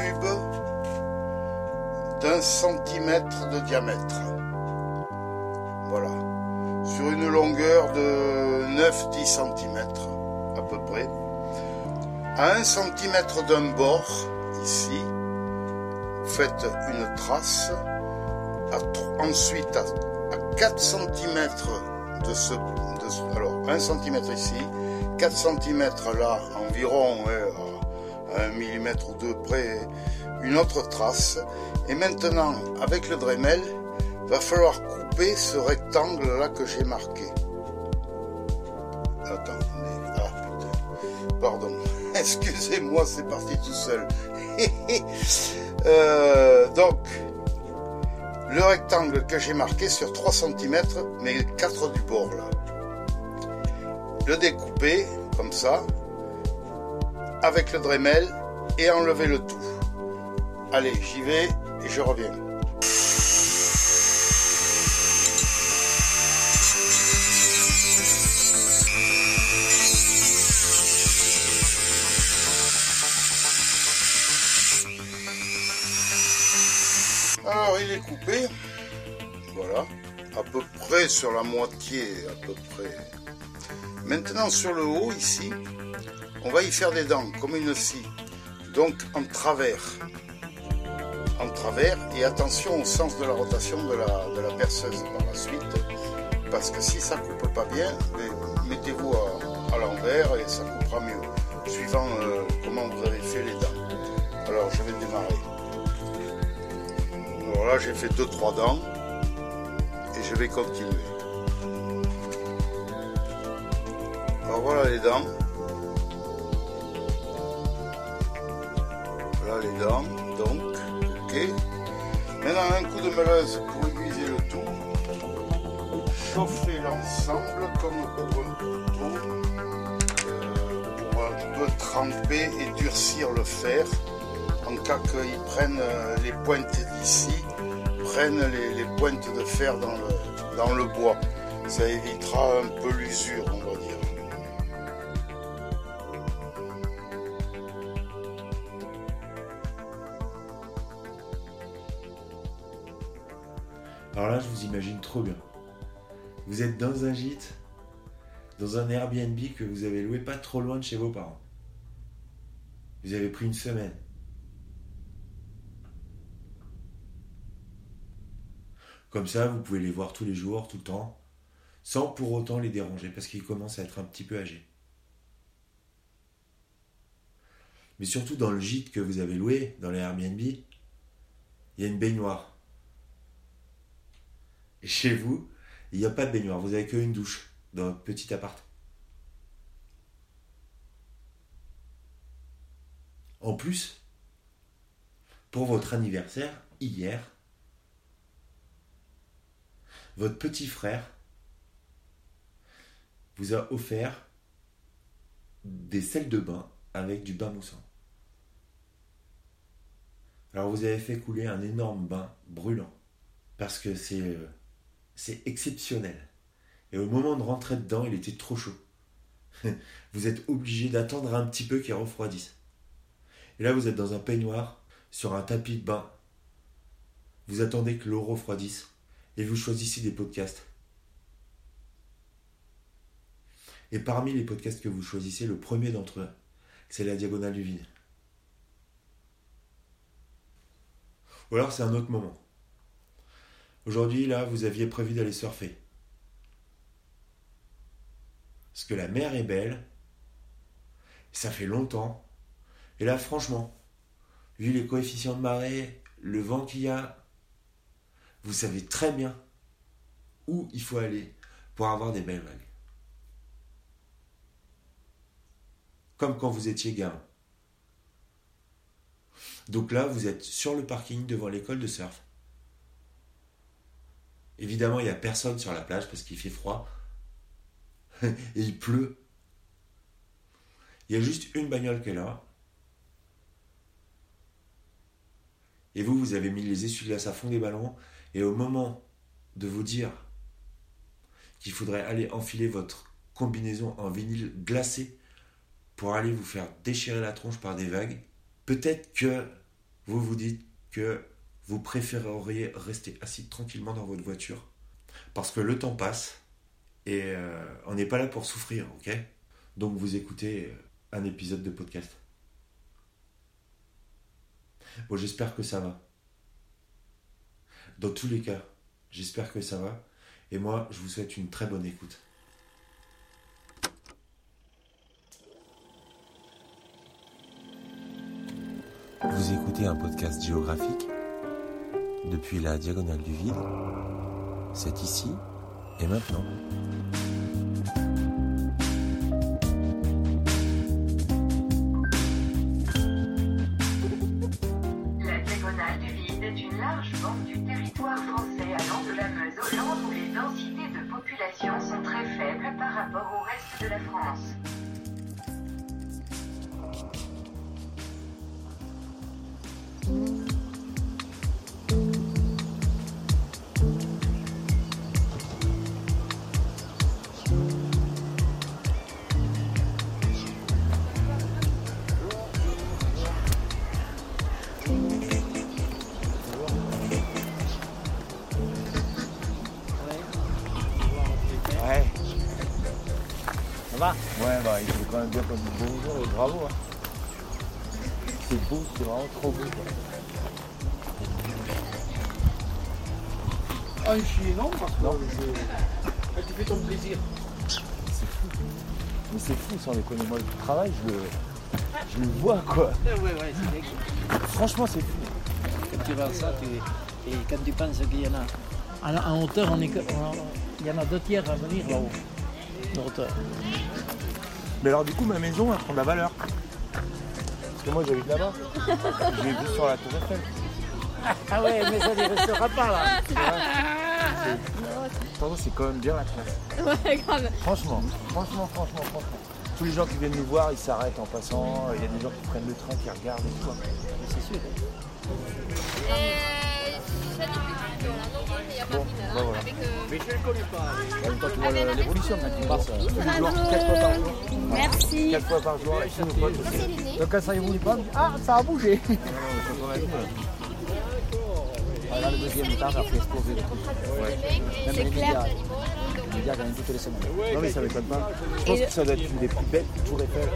tube d'1 centimètre de diamètre. Voilà. Sur une longueur de 9-10 cm à peu près. À 1 cm d'un bord, ici, vous faites une trace. Ensuite, à 4 cm alors 1 cm ici, 4 cm là, environ à 1 mm ou 2 près, une autre trace. Et maintenant, avec le Dremel, va falloir couper ce rectangle là que j'ai marqué. Pardon, excusez-moi, c'est parti tout seul. Donc, le rectangle que j'ai marqué sur 3 cm, mais 4 du bord là. Le découper, comme ça, avec le Dremel, et enlever le tout. Allez, j'y vais, et je reviens. Alors il est coupé, voilà, à peu près sur la moitié, à peu près. Maintenant sur le haut ici, on va y faire des dents comme une scie, donc en travers, et attention au sens de la rotation de la perceuse par la suite, parce que si ça coupe pas bien, mettez-vous à l'envers et ça coupera mieux, suivant comment vous avez fait les dents. Alors je vais démarrer. Alors là j'ai fait 2-3 dents et je vais continuer. Alors voilà les dents. Voilà les dents, donc, ok. Maintenant un coup de meuleuse pour aiguiser le tout. Chauffer l'ensemble comme pour un couteau, pour un peu tremper et durcir le fer. En cas qu'ils prennent les pointes d'ici, prennent les pointes de fer dans le bois. Ça évitera un peu l'usure, on va dire. Alors là, je vous imagine trop bien. Vous êtes dans un gîte, dans un Airbnb que vous avez loué pas trop loin de chez vos parents. Vous avez pris une semaine. Comme ça, vous pouvez les voir tous les jours, tout le temps, sans pour autant les déranger, parce qu'ils commencent à être un petit peu âgés. Mais surtout dans le gîte que vous avez loué, dans les Airbnb, il y a une baignoire. Et chez vous, il n'y a pas de baignoire, vous n'avez qu'une douche dans votre petit appart. En plus, pour votre anniversaire, hier, votre petit frère vous a offert des sels de bain avec du bain moussant. Alors vous avez fait couler un énorme bain brûlant parce que c'est exceptionnel. Et au moment de rentrer dedans, il était trop chaud. Vous êtes obligé d'attendre un petit peu qu'il refroidisse. Et là, vous êtes dans un peignoir, sur un tapis de bain. Vous attendez que l'eau refroidisse et vous choisissez des podcasts. Et parmi les podcasts que vous choisissez, le premier d'entre eux, c'est La Diagonale du Vide. Ou alors c'est un autre moment. Aujourd'hui, là, vous aviez prévu d'aller surfer. Parce que la mer est belle, ça fait longtemps. Et là, franchement, vu les coefficients de marée, le vent qu'il y a, vous savez très bien où il faut aller pour avoir des belles vagues. Comme quand vous étiez gamin. Donc là, vous êtes sur le parking devant l'école de surf. Évidemment, il n'y a personne sur la plage parce qu'il fait froid. Et il pleut. Il y a juste une bagnole qui est là. Et vous avez mis les essuie-glaces à fond des ballons. Et au moment de vous dire qu'il faudrait aller enfiler votre combinaison en vinyle glacé pour aller vous faire déchirer la tronche par des vagues, peut-être que vous vous dites que vous préféreriez rester assis tranquillement dans votre voiture parce que le temps passe et on n'est pas là pour souffrir, ok ? Donc vous écoutez un épisode de podcast. Bon, j'espère que ça va. Dans tous les cas, j'espère que ça va. Et moi, je vous souhaite une très bonne écoute. Vous écoutez un podcast géographique depuis la diagonale du vide. C'est ici et maintenant. La diagonale du vide est une large bande du territoire français allant de la Meuse au Land où les densités de population sont très faibles par rapport au reste de la France. Ouais. Ça va? Ouais, bah il faut quand même bien qu'on dise bonjour et bravo. Hein. C'est beau, c'est vraiment trop beau. Quoi. Ah, je suis non parce que tu fais ton plaisir. C'est fou. Mais c'est fou sans déconner. Moi, le travail, je le vois quoi. Ouais, c'est dingue. Franchement, c'est fou. Quand tu vois ça, et quand tu penses qu'il y en a en hauteur, il y en a 2 tiers à venir là-haut, de hauteur. Mais alors, du coup, ma maison, elle prend de la valeur. Parce que moi, j'habite là-bas. J'ai vu sur la Tour Eiffel. Ah ouais, mais ça ne restera pas là. Pourtant, c'est quand même bien la classe. Ouais, grave. Franchement. Tous les gens qui viennent nous voir, ils s'arrêtent en passant. Il y a des gens qui prennent le train, qui regardent et tout. C'est sûr. Bon, bah voilà. Mais je ne le connais pas. En même temps, tu vois l'évolution quand tu passes. Tous les jours, 4 fois par jour. Merci. 4 fois par jour, et tous nos potes aussi. Donc quand ça évolue pas, ça a bougé. Non, mais quand on a vu, Là, le deuxième temps, après exploser le truc. Même les médias gagnent toutes les semaines. non, mais ça m'étonne pas. Je pense que ça doit être une des plus belles Tours Eiffel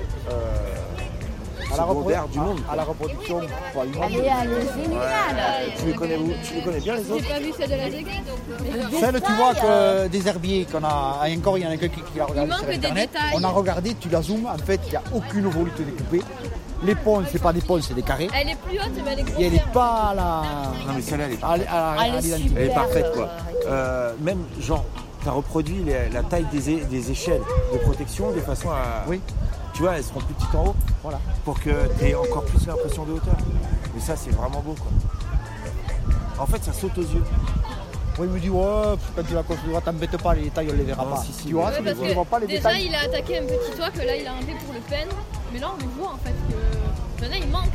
secondaires du monde. À la reproduction, pas une Elle est géniale. Tu les connais bien les J'ai autres? pas vu celle de la Zéguet, donc. Celle, tu vois, que des herbiers qu'on a. Encore, il y en a quelqu'un qui l'a regardé Il sur manque des Internet. détails. On a regardé, tu la zoomes, en fait, il n'y a aucune volute découpée. Les ponts, c'est pas des ponts, c'est des carrés. Elle est plus haute, mais elle est grosse. Et elle n'est pas à la. Non, mais celle-là, elle est à l'identique. Elle est parfaite quoi. Même genre, tu as reproduit la taille des échelles de protection de façon à. Oui. Tu vois, elles seront plus petites en haut. Voilà. Pour que tu aies encore plus l'impression de hauteur. Et ça, c'est vraiment beau quoi. En fait, ça saute aux yeux. Oui, il me dit, ouais, quand tu la construiras, t'embête pas, les détails, on les verra Non, pas. si, si, Tu vois, mais- tu Ouais, ne parce vois pas les que déjà, détails. il a attaqué un petit toit que là, il a enlevé pour le peine. Mais là, on le voit en fait que. Maintenant, il manque.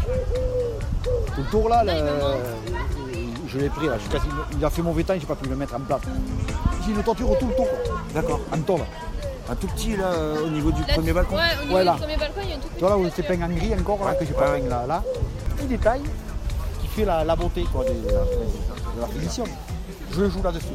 Le tour là, Non, il me je l'ai pris là, il a fait mauvais temps, j'ai pas pu le mettre en place. J'ai une tenture tout le tour, quoi. D'accord. En tôle. Un tout petit là au niveau du Là, premier balcon. Ouais, au niveau Ouais, là. du premier balcon, il y a un tout petit. Tu vois là où c'est peint en gris encore, là, que j'ai pas peint là. Petit détail qui fait la beauté quoi, de la finition. Je le joue là-dessus.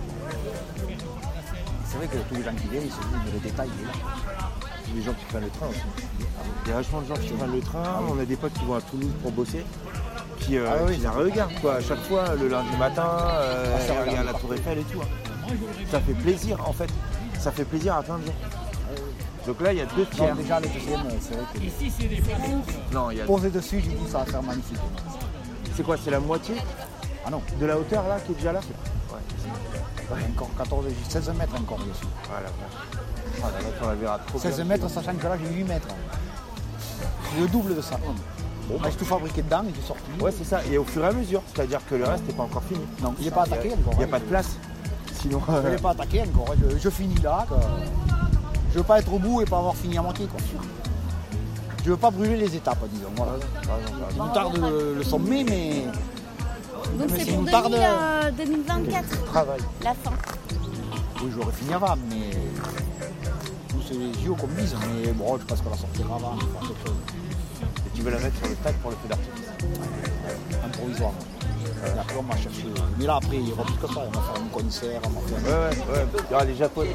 C'est vrai que tous les gens qui viennent, ils se disent, mais le détail, il est là. Les gens qui prennent le train aussi. Il y a vachement de gens qui prennent le train. On a des potes qui vont à Toulouse pour bosser. Qui la regardent quoi. À chaque fois, le lundi matin, ça il y a regarde la Tour Eiffel et tout. Ça fait plaisir en fait. Ça fait plaisir à plein de gens. Donc là, il y a 2 Non, tiers. déjà le deuxième, c'est vrai que Non, il y a. posé dessus, j'ai dit ça va faire magnifique. C'est quoi? C'est la moitié Ah non, de la hauteur là qui est déjà là? ouais, encore 14, 16 mètres encore dessus. Voilà. Ah là, là, on la verra trop 16 bien. mètres, sachant que là j'ai 8 mètres. Le double de ça. Bon, j'ai tout fabriqué dedans et j'ai sorti. Ouais, c'est ça. Et au fur et à mesure, c'est-à-dire que le reste n'est pas encore fini. Non, il n'est pas attaqué encore. Il n'y a pas de place. Sinon, Je ne l'ai pas attaqué encore. Je finis là. Quoi. Je veux pas être au bout et pas avoir fini à moitié. Quoi. Je veux pas brûler les étapes, disons. Voilà. Il nous tarde le sommet, mais. Donc mais c'est s'il pour nous tarde, 2024, travail. la fin. Oui, j'aurais fini avant, mais. Nous, c'est les JO qu'on mise, mais bon, je pense qu'on la sortira avant. et tu veux la mettre sur le stade pour le feu d'artifice. En provisoire. Et après, on m'a cherché. Mais là, après, il y aura plus que ça. On va faire un concert, on va faire. Ouais. Il y aura les Japonais.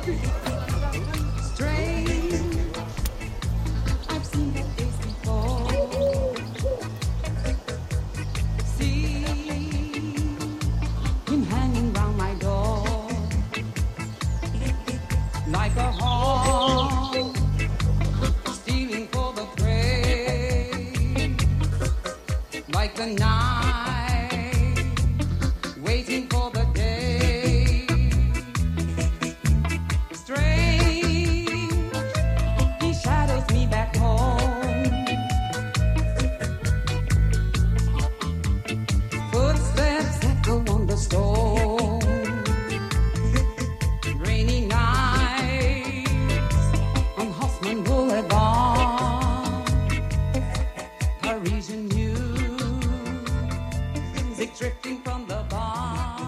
Like a hawk, stealing for the prey. Like the night, waiting for the day. Strange, he shadows me back home. Footsteps echo on the stone. Rainy night on Haussmann Boulevard, Parisian music drifting from the bar.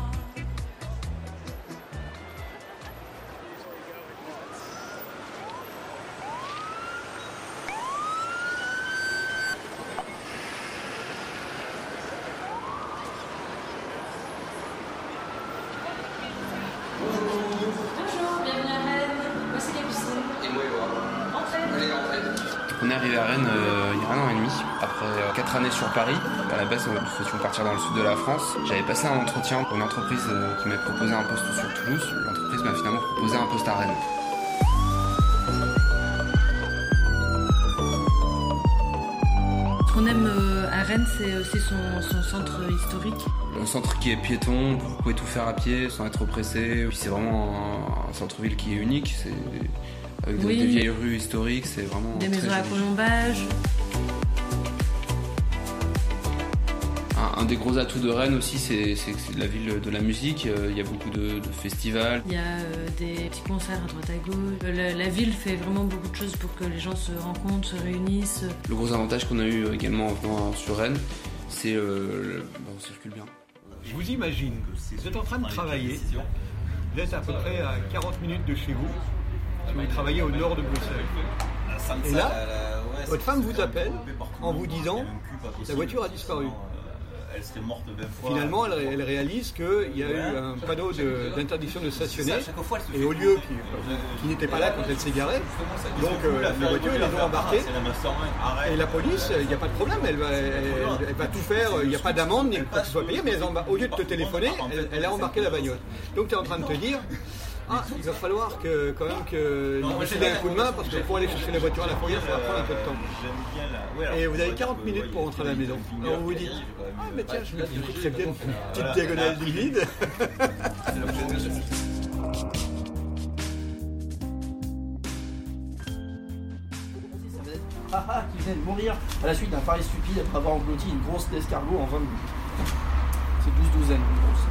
Bonjour, bienvenue à Rennes. Voici les piscines. Et moi, Entrez. on est arrivé à Rennes il y a 1 an et demi, après 4 années sur Paris. À la base, nous souhaitions partir dans le sud de la France. J'avais passé un entretien pour une entreprise qui m'avait proposé un poste sur Toulouse. L'entreprise m'a finalement proposé un poste à Rennes. Ce qu'on aime à Rennes, c'est aussi son centre historique. Un centre qui est piéton, vous pouvez tout faire à pied sans être pressé. Puis c'est vraiment un centre-ville qui est unique. C'est avec Oui. des vieilles rues historiques, c'est vraiment Des très maisons à joli. colombage. Un des gros atouts de Rennes aussi, c'est que c'est la ville de la musique. Il y a beaucoup de festivals. Il y a des petits concerts à droite à gauche. La ville fait vraiment beaucoup de choses pour que les gens se rencontrent, se réunissent. Le gros avantage qu'on a eu également en venant sur Rennes, c'est on circule bien. Je vous imagine, vous êtes en train de travailler, vous êtes à peu près à 40 minutes de chez vous, si vous travaillez au nord de Bruxelles. Et là, votre femme vous appelle en vous disant « la voiture a disparu ». Elle serait morte 20 fois. Finalement, elle réalise qu'il y a eu un panneau d'interdiction de stationner, et au lieu qui n'était pas là quand elle s'est garée, donc les voitures, ils les ont embarquées. Et la police, il n'y a pas de problème, elle va tout faire, il n'y a pas d'amende ni quoi que ce soit payé, mais au lieu de te téléphoner, elle a embarqué la bagnole. Donc tu es en train de te dire, il va falloir quand même que vous filez un coup de main, parce que pour aller chercher la voiture à la fourrière, ça va prendre un peu de temps. Et vous avez 40 minutes pour rentrer à la maison. Alors vous vous dites, mais tiens, je me très bien une petite diagonale du vide. Qui venait de mourir à la suite d'un pari stupide après avoir englouti une grosse d'escargot en 20 minutes. C'est 12 douzaines, une grosse.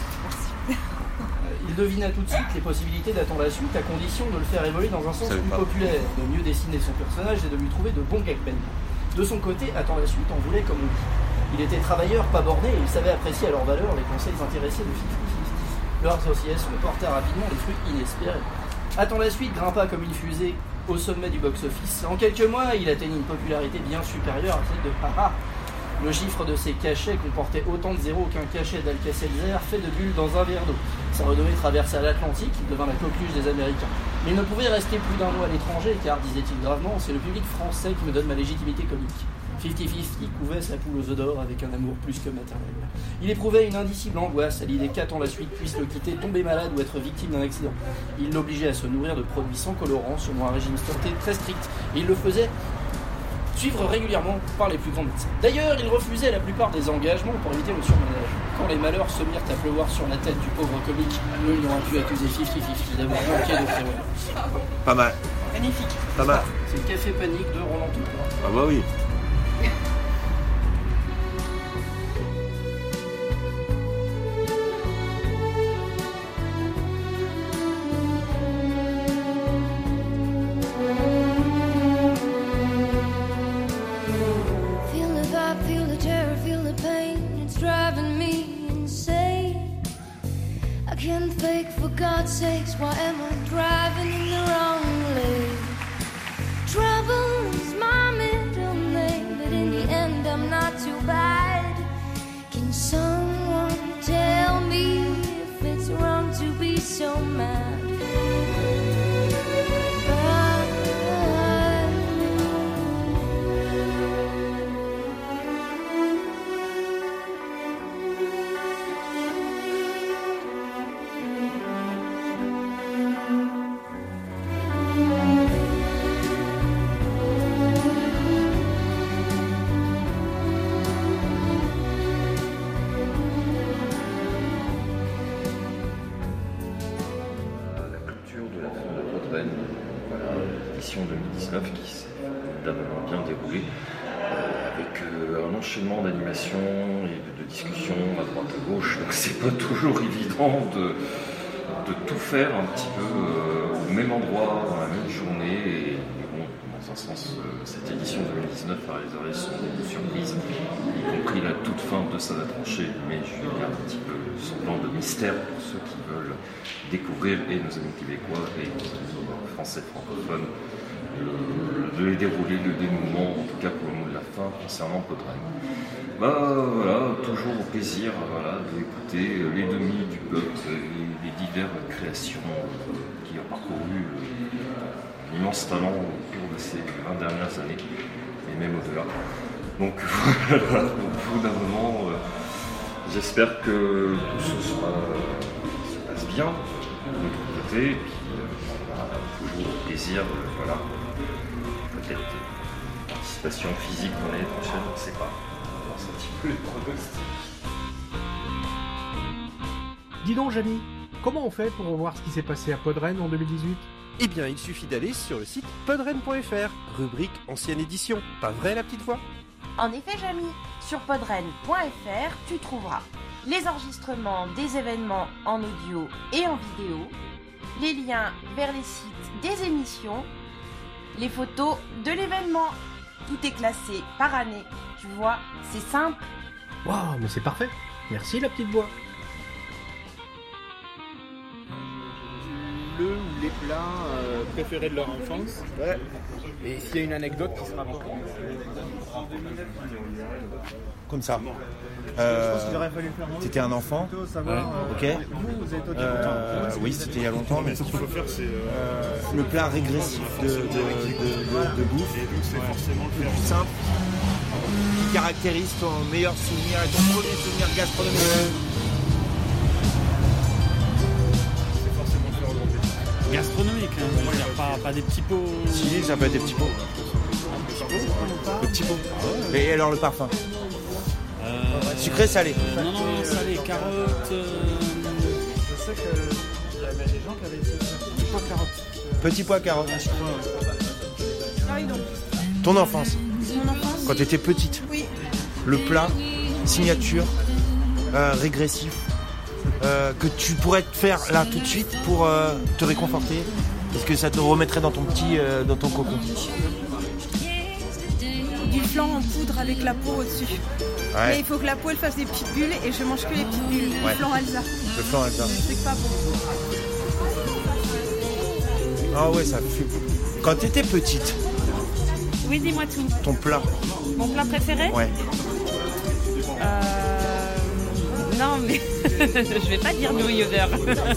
Il devina tout de suite les possibilités d'attendre la suite à condition de le faire évoluer dans un sens plus populaire, de mieux dessiner son personnage et de lui trouver de bons gags. De son côté, attendre la suite en voulait comme on dit. Il était travailleur, pas borné, et il savait apprécier à leur valeur les conseils intéressés de 50-50. Leur association porta rapidement des fruits inespérés. Attends la suite grimpa comme une fusée au sommet du box-office. En quelques mois, il atteignit une popularité bien supérieure à celle de Haha. Le chiffre de ses cachets comportait autant de zéros qu'un cachet d'Alka-Seltzer fait de bulles dans un verre d'eau. Sa renommée traversa l'Atlantique, il devint la coqueluche des Américains. Mais il ne pouvait rester plus d'un mois à l'étranger, car, disait-il gravement, c'est le public français qui me donne ma légitimité comique. 50-50 couvait sa poule aux œufs d'or avec un amour plus que maternel. Il éprouvait une indicible angoisse à l'idée qu'attend la suite puisse le quitter, tomber malade ou être victime d'un accident. Il l'obligeait à se nourrir de produits sans colorants, selon un régime santé très strict, et il le faisait suivre régulièrement par les plus grands médecins. D'ailleurs, il refusait la plupart des engagements pour éviter le surmenage. Quand les malheurs se mirent à pleuvoir sur la tête du pauvre comique, il n'aura pu accuser 50-50 d'avoir manqué de prévoyance. Pas mal. Magnifique. Pas mal. C'est le café panique de Roland Toupin. Ah bah oui. For God's sakes, why am I driving in the wrong lane? Trouble is my middle name, but in the end I'm not too bad. Can Podren, voilà, édition 2019 qui s'est évidemment bien déroulée, avec un enchaînement d'animations et de discussions à droite à gauche. Donc c'est pas toujours évident de tout faire un petit peu au même endroit, dans la même journée. Et bon, dans un sens, cette édition 2019 a réservé son lot de surprises, y compris la toute fin de Salles à trancher, mais je vais garder un petit peu semblant de mystère pour ceux qui veulent découvrir, et nos amis québécois et nos français francophones, de dérouler le dénouement, en tout cas pour le mot de la fin, concernant Podren. Voilà, toujours au plaisir d'écouter les demi du peuple et les diverses créations qui ont parcouru un immense talent au cours de ces 20 dernières années, et même au-delà. Donc voilà, au bout d'un moment, j'espère que tout se passe bien de notre côté, et puis toujours au plaisir, peut-être participation physique dans l'année prochaine, on ne sait pas. C'est un petit peu les pronostics. Dis donc, Jamy, comment on fait pour voir ce qui s'est passé à Podren en 2018 ? Eh bien, il suffit d'aller sur le site podren.fr, rubrique ancienne édition. Pas vrai, la petite voix ? En effet, Jamy, sur podren.fr, tu trouveras les enregistrements des événements en audio et en vidéo, les liens vers les sites des émissions, les photos de l'événement. Tout est classé par année. Tu vois, c'est simple. Waouh, mais c'est parfait. Merci, la petite voix. Le ou les plats préférés de leur enfance. Ouais. Et s'il y a une anecdote qui se rapporte. Comme ça. T'étais un enfant. Ok. Oui, c'était il y a longtemps, mais ce qu'il faut faire, c'est le plat régressif de bouffe. Et donc, c'est forcément le plus simple, qui caractérise ton meilleur souvenir et ton premier souvenir gastronomique. Gastronomique, hein, je veux dire, pas des petits pots. Si, ça peut être des petits pots. Des petits pots. Et alors le parfum sucré, salé. Non, salé, carottes. Je sais qu'il y avait des gens qui avaient essayé de faire petit pois carottes. Petit pois carottes. Ton enfance. Mon enfance. Quand tu étais petite. Oui. Le plat, signature, régressif, que tu pourrais te faire là tout de suite pour te réconforter. Est-ce que ça te remettrait dans ton cocon? Du flan en poudre avec la peau au-dessus. Ouais. Mais il faut que la peau elle fasse des petites bulles et je mange que les petites bulles. Ouais. Le flan Alsa. Le flan Alsa. C'est pas bon. Ah ouais, ça fume. Quand t'étais petite. Oui, dis-moi tout. Ton plat. Mon plat préféré? Ouais. Non, mais je vais pas dire New Yoder.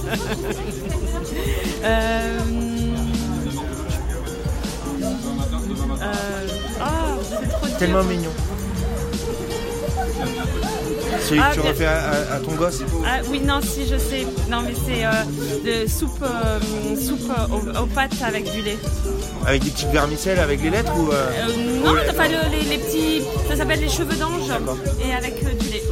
C'est trop dur. Tellement mignon. Celui que tu refais à ton gosse? Ah oui, non, si, je sais. Non, mais c'est de soupe aux pâtes avec du lait. Avec des petites vermicelles, avec les lettres ou non, enfin les petits... Ça s'appelle les cheveux d'ange. Et avec du lait.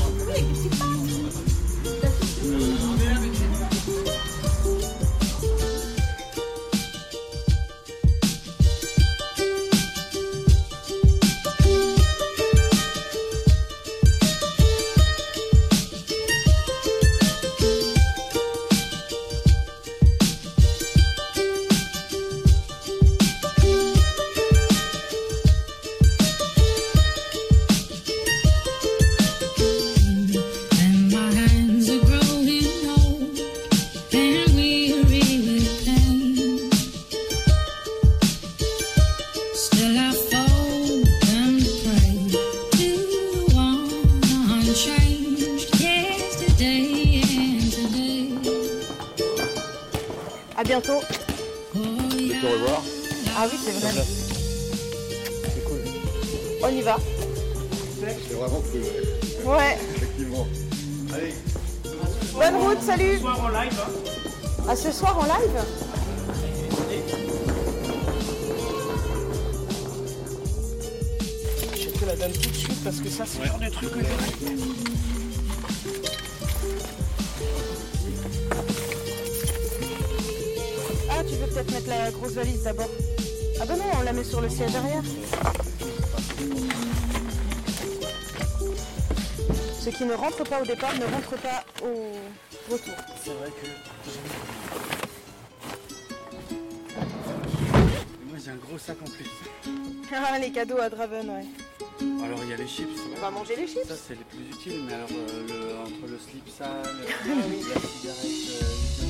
À bientôt. Je te revoir. Ah oui, c'est vrai. C'est cool. On y va. C'est vraiment cool. Ouais. Effectivement. Allez. Bonne route, salut. Ce soir en live. À ce soir en live. Je te la donne tout de suite parce que ça, c'est le genre de truc que j'aime. Ah, tu veux peut-être mettre la grosse valise d'abord. Ah bah non, on la met sur le siège arrière. Ceux qui ne rentrent pas au départ ne rentrent pas au retour. C'est vrai que moi j'ai un gros sac en plus. Ah, les cadeaux à Draven, ouais. Alors il y a les chips. On va manger les chips. Ça c'est les plus utiles, mais alors entre le slip sale, la cigarette,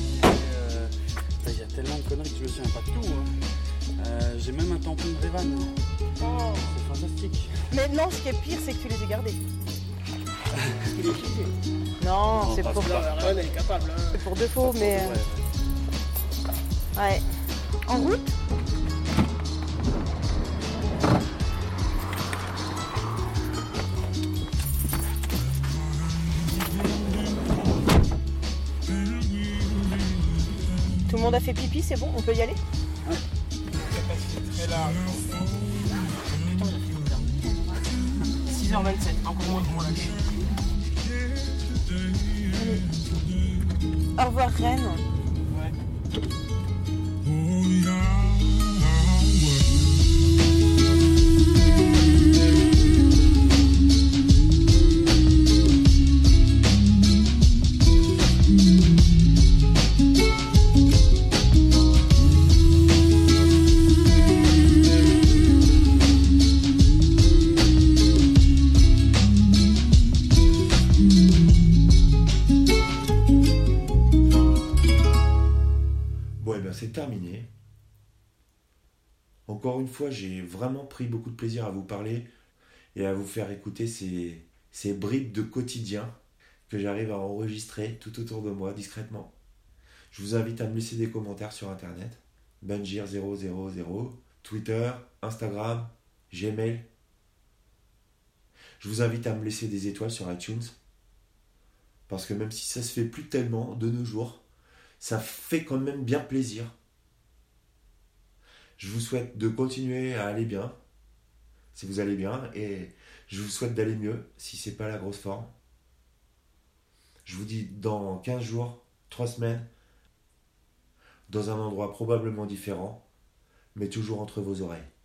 il y a tellement de conneries que je me souviens pas de tout. Hein. J'ai même un tampon de Revan. Oh. C'est fantastique. Mais non, ce qui est pire, c'est que tu les as gardés. Non, c'est pour... Elle est capable. Hein. C'est pour défaut, mais... Ouais. En route ? Tout le monde a fait pipi, c'est bon, on peut y aller ? Ouais. Très large. 6h27, encore moins pour lâcher. Au revoir, Rennes. C'est terminé. Encore une fois, j'ai vraiment pris beaucoup de plaisir à vous parler et à vous faire écouter ces bribes de quotidien que j'arrive à enregistrer tout autour de moi discrètement. Je vous invite à me laisser des commentaires sur internet, Benjir000, Twitter, Instagram, Gmail. Je vous invite à me laisser des étoiles sur iTunes, parce que même si ça se fait plus tellement de nos jours, ça fait quand même bien plaisir. Je vous souhaite de continuer à aller bien, si vous allez bien, et je vous souhaite d'aller mieux, si c'est pas la grosse forme. Je vous dis dans 15 jours, 3 semaines, dans un endroit probablement différent, mais toujours entre vos oreilles.